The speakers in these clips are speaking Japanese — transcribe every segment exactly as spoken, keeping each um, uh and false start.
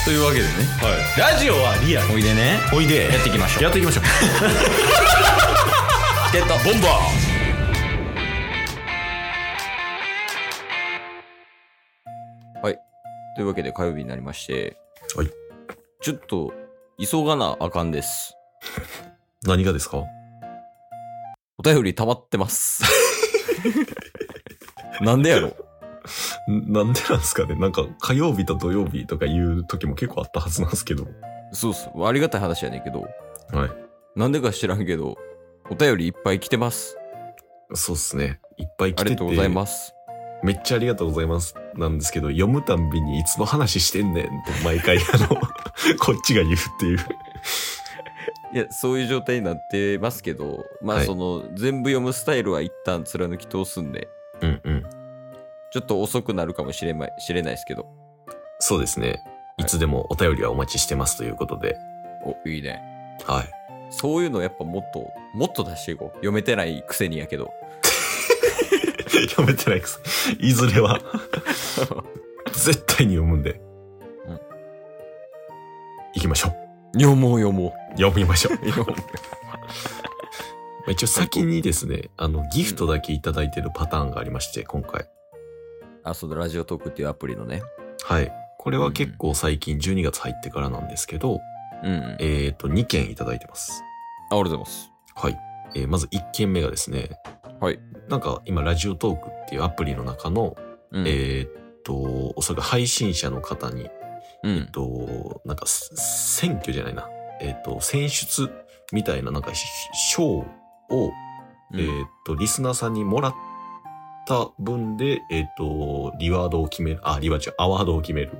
というわけでね、 はい、ラジオはリアル。 おいでね、 おいでやっていきましょう。 やっていきましょうチケットボンバー。はい、というわけで火曜日になりまして、 はい、 ちょっと急がなあかんです。 何がですか？ お便り溜まってますなんでやろ？ なんでなんですかね。なんか火曜日と土曜日とかいう時も結構あったはずなんですけど。 そうっす、ありがたい話やねんけど、 はい、 なんでか知らんけどお便りいっぱい来てます。 そうっすね、いっぱい来てて、 ありがとうございます。 めっちゃありがとうございますなんですけど、読むたんびにいつの話してんねんって毎回あのこっちが言うっていういや、そういう状態になってますけど、まあ、はい、その全部読むスタイルは一旦貫き通すんで、 うんうん、 ちょっと遅くなるかもしれない、知れないですけど。 そうですね、いつでもお便りはお待ちしてますということで。 お、いいね。 はい。 そういうのやっぱもっともっと出していこう。読めてないくせにやけど読めてないくせいずれは絶対に読むんで、うん、行きましょう。 読もう読もう読みましょう一応先にですね、あのギフトだけいただいてるパターンがありまして、今回。 あ、そうだ、ラジオトークっていうアプリのね。 はい、これは結構最近じゅうにがつ入ってからなんですけど、うんうん、えっとにけんいただいてます。 ありがとうございます。 はい、えー、まずいっけんめがですね、はい、なんか今ラジオトークっていうアプリの中の、うん、えー、っとおそらく配信者の方に、うん、えっとなんか選挙じゃないな、えー、っと選出みたいななんか賞を、うん、えー、っとリスナーさんにもらった分で、えー、っとリワードを決める、あリワードアワードを決める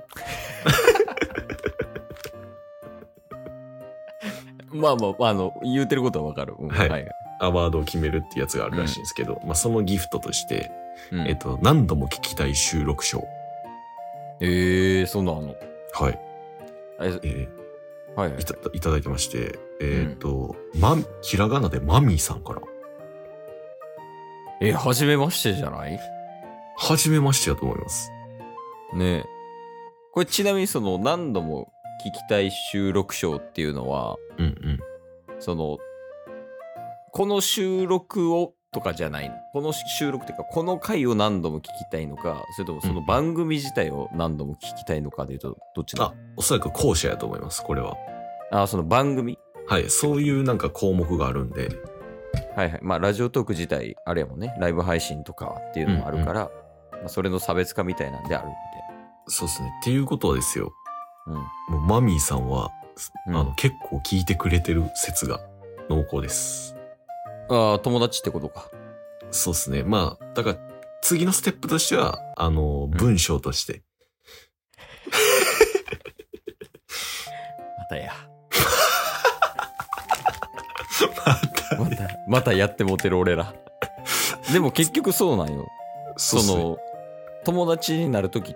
まあまあ、あの、言うてることはわかる。うん、 はい、はい。アワードを決めるってやつがあるらしいんですけど、うん、まあそのギフトとして、うん、えっと、何度も聞きたい収録賞。 ええー、そんなの。 はい。えー、はい、はい、いた、いただきまして、えー、っと、うん、ま、ひらがなでマミーさんから。 えー、はじめましてじゃない？ はじめましてやと思います。 ねえ。これちなみにその何度も聞きたい収録賞っていうのは、うんうん、そのこの収録をとかじゃないの。この収録っていうかこの回を何度も聞きたいのか、それともその番組自体を何度も聞きたいのかでいうとどっちなの？ あ、おそらく後者やと思います、これは。 あ、その番組？ はい、そういうなんか項目があるんで。 はいはい。まあラジオトーク自体あれやもんね、ライブ配信とかっていうのもあるから、うんうん、まあ、それの差別化みたいなんであるみたいな。 そうですね。っていうことはですよ。うん、もうマミーさんは、うん、あの結構聞いてくれてる説が濃厚です。 ああ、友達ってことか。 そうですね。まあだから次のステップとしてはあの、うん、文章として。 またや。 またまたまたやってもてる俺ら。でも結局そうなんよ。そ, その友達になるときって、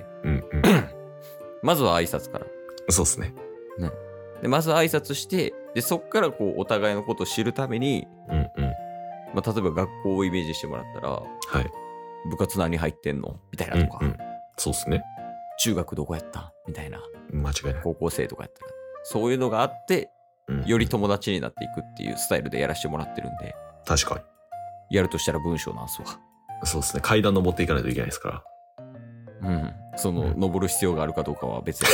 うんうん、まずは挨拶から。 そうですね。 ね。でまず挨拶して、でそっからこうお互いのことを知るために、うんうん、まあ、例えば学校をイメージしてもらったら、はい、部活何入ってんのみたいなとか、うんうん、 そうですね。 中学どこやったみたいな、 間違いない。 高校生とかやったら、そういうのがあって、うんうん、より友達になっていくっていうスタイルでやらせてもらってるんで。 確かに。 やるとしたら文章なんすわ。 そうですね。階段登っていかないといけないですから。 うん。その、うん、登る必要があるかどうかは別に。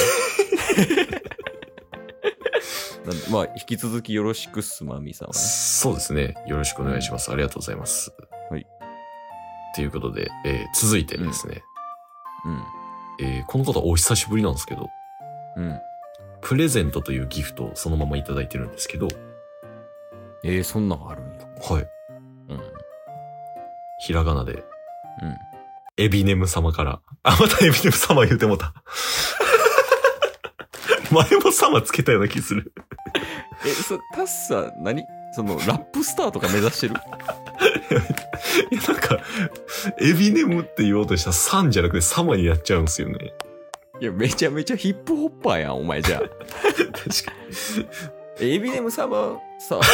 まあ、引き続きよろしくっす、マミーさんはね。 そうですね。よろしくお願いします。うん、ありがとうございます。はい。ということで、えー、続いてですね。うん。うん、えー、この方お久しぶりなんですけど。うん。プレゼントというギフトをそのままいただいてるんですけど。 えー、そんなのあるんや。 はい。うん。ひらがなで。うん。エビネム様から。あ、またエビネム様言うてもた。前も様つけたような気する。 え、そ、タッサ、何その、ラップスターとか目指してる？ いや、なんか、エビネムって言おうとしたらサンじゃなくて様になっちゃうんですよね。 いや、めちゃめちゃヒップホッパーやん、お前じゃあ。確かに。エビネム様さ、はい。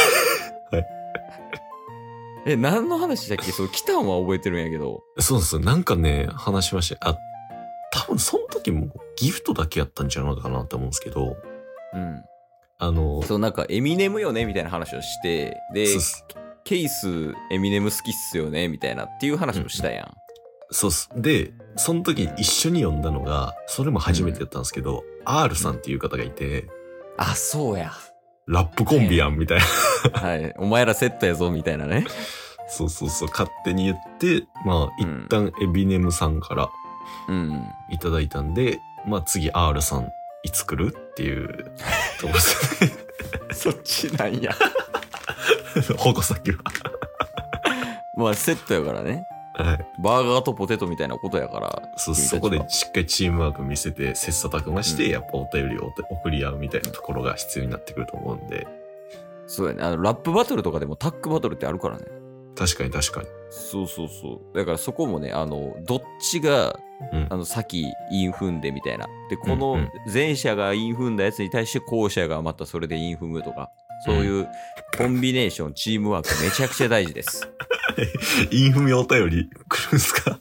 え、何の話だっけ？そう、来たんは覚えてるんやけど。 そうです。なんかね、話しました。あ、多分その時もギフトだけやったんじゃないかなって思うんですけど、 うん。 あの、 そう、なんかエミネムよねみたいな話をして、で、ケイスエミネム好きっすよねみたいなっていう話をしたやん。うん、 そうっす。で、その時に一緒に読んだのが、それも初めてやったんですけど、うん、R さんっていう方がいて、 あ、そうや。 ラップコンビやん、みたいな。 はい。お前らセットやぞ、みたいなね。 そうそうそう、勝手に言って、まあ、一旦エビネムさんからいただいたんで、うん、まあ次 R さんいつ来るっていうとこですね。 そっちなんや。 矛先は。 まあセットやからね。 はい。 バーガーとポテトみたいなことやから。 そう、そこでしっかりチームワーク見せて、切磋琢磨して、うん、やっぱお便りを送り合うみたいなところが必要になってくると思うんで。 そうやね。あの、ラップバトルとかでもタッグバトルってあるからね。 確かに確かに。 そうそうそう。だからそこもね、あの、どっちが、うん、あの、先、韻踏んでみたいな。で、この前者が韻踏んだやつに対して後者がまたそれで韻踏むとか、そういうコンビネーション、チームワークめちゃくちゃ大事です。 韻踏みお便り来るんすか？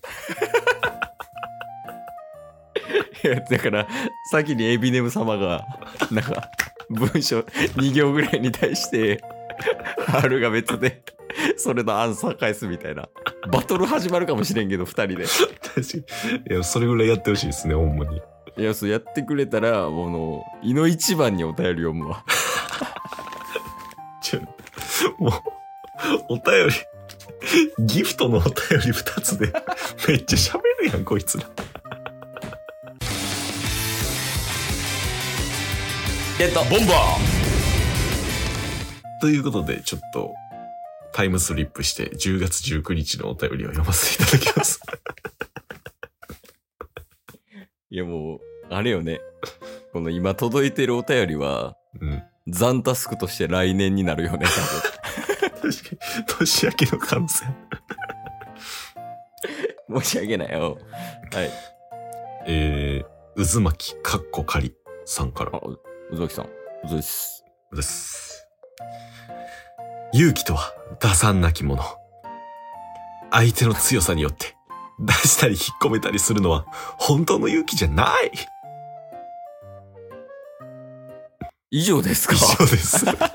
いや、だから、先にエビネム様が、なんか、文章に行ぐらいに対して、R が別で、それのアンサー返すみたいな。バトル始まるかもしれんけど、二人で。 確かに。いや、それぐらいやってほしいですね、ほんまに。 いや、そうやってくれたら、もうの、いの一番にお便り読むわ。 ちょ、もう、お便り、ギフトのお便り二つで、めっちゃ喋るやん、こいつら。 ゲットボンバーということで、ちょっと、タイムスリップして、じゅうがつじゅうくにちのお便りを読ませていただきます。 いやもう、あれよね。この今届いてるお便りは、うん、ザンタスクとして来年になるよね、 多分。確かに、年明けの感染。 申し訳ないよ。はい。 えー、渦巻きかっこかりさんから。 渦巻さん、渦です。 です。勇気とは打算なきもの。相手の強さによって出したり引っ込めたりするのは本当の勇気じゃない。 以上ですか？ 以上です。ちょっ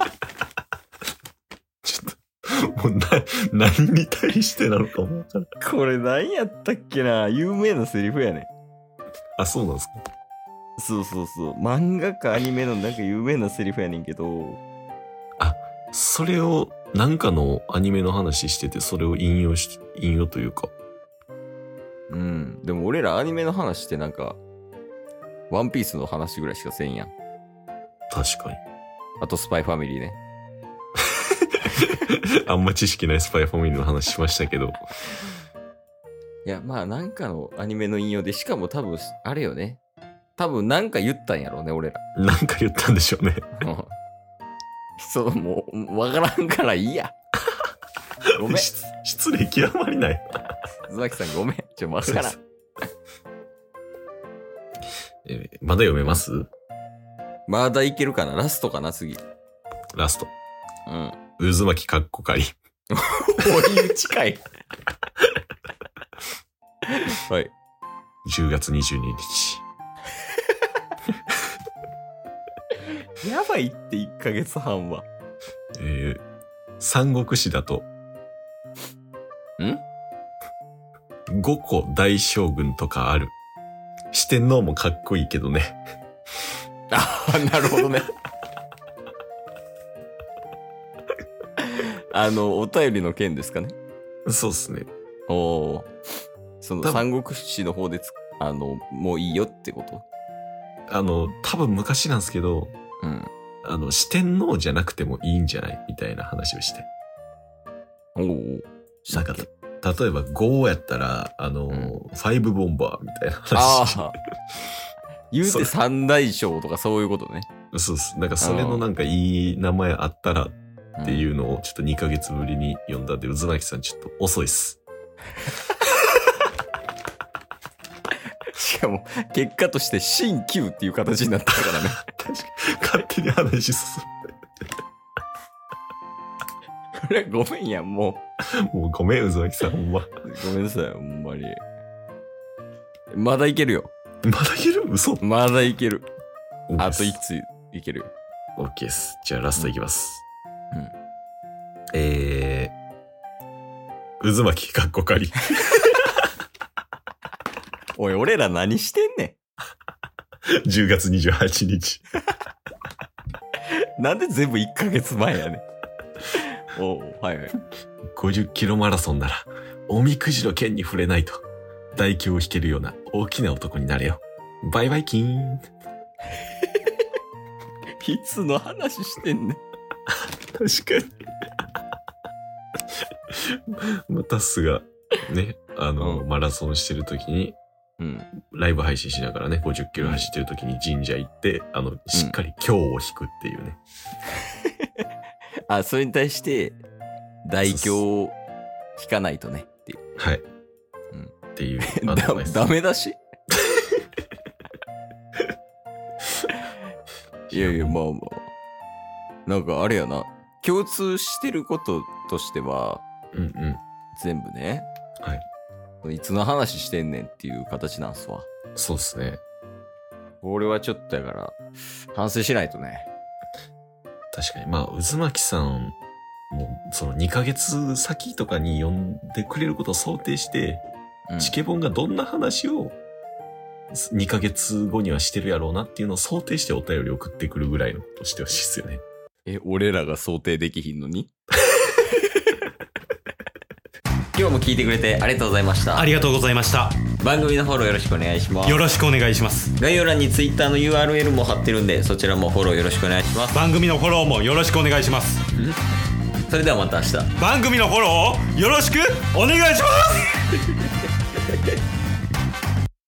と、もうな、何に対してなのかもわからない。 これ何やったっけな？有名なセリフやね。 あ、そうなんですか？ そうそうそう。漫画かアニメのなんか有名なセリフやねんけど。 あ、それをなんかのアニメの話してて、それを引用し、引用というか。 うん。でも俺らアニメの話ってなんか、ワンピースの話ぐらいしかせんやん。 確かに。 あとスパイファミリーね。 あんま知識ないスパイファミリーの話しましたけど。 いや、まあなんかのアニメの引用で、しかも多分、あれよね。多分なんか言ったんやろうね、俺ら。 なんか言ったんでしょうね。 そう、もう、わからんからいいや。ごめん。 失礼極まりない。 須崎さんごめん。ちょ、わからん。 えー、まだ読めます？ まだいけるかな？ラストかな、次。 ラスト。 うん。 渦巻きかっこかり。 おい、近い。はい。 じゅうがつにじゅうににち。 やばいっていっかげつはんは。 えー、三国志だと。 ん？ 五個大将軍とかある。四天王もかっこいいけどね。 ああ、なるほどね。あの、お便りの件ですかね。 そうっすね。 おお。その三国志の方でつ、あの、もういいよってこと？ あの、多分昔なんですけど、 うん。 あの、四天王じゃなくてもいいんじゃないみたいな話をして。 おお。 なんか、例えばごやったら、あの、うん、ファイブボンバーみたいな話。ああ。 言うて三大将とかそういうことね。 そうっす。なんかそれのなんかいい名前あったらっていうのをちょっとにかげつぶりに読んだんで、渦巻さんちょっと遅いっす。 しかも、結果として新旧っていう形になったからね。 確かに。勝手に話進んで。 これごめんやん、もう。もうごめん、渦巻さん、ほんま。 ごめんなさい、ほんまに。まだいけるよ。 まだいける？嘘？ まだいける。あといくついけるよ。 OK です。じゃあラストいきます。 うん。うん、 えー、渦巻きかっこかり。 おい、俺ら何してんねん。じゅうがつにじゅうはちにち。 なんで全部いっかげつまえやねん。おう、はいはい。 ごじゅっキロマラソンなら、おみくじの剣に触れないと、大凶を引けるような大きな男になれよ。バイバイキーン。 いつの話してんねん。 確かに。またすが、ね、あの、うん、マラソンしてるときに、うん、ライブ配信しながらね、ごじゅっキロ走ってるときに神社行って、あの、しっかり凶を引くっていうね。 うん、あ、それに対して、大凶を引かないとねっていう。 はい。うん、っていうアドバイス。 だ、ダメだしいやいや、まあまあ。なんかあれやな。共通してることとしては、 うんうん、 全部ね。 はい。 いつの話してんねんっていう形なんすわ。 そうっすね。 俺はちょっとやから、反省しないとね。 確かに。まあ、渦巻さんも、そのにかげつ先とかに呼んでくれることを想定して、うん、チケボンがどんな話をにかげつごにはしてるやろうなっていうのを想定してお便り送ってくるぐらいのことしてほしいっすよね。 え、俺らが想定できひんのに今日も聞いてくれてありがとうございました。 ありがとうございました。 番組のフォローよろしくお願いします。 よろしくお願いします。 概要欄に Twitter の ユーアールエル も貼ってるんで、そちらもフォローよろしくお願いします。 番組のフォローもよろしくお願いします。 それではまた明日。 番組のフォローをよろしくお願いします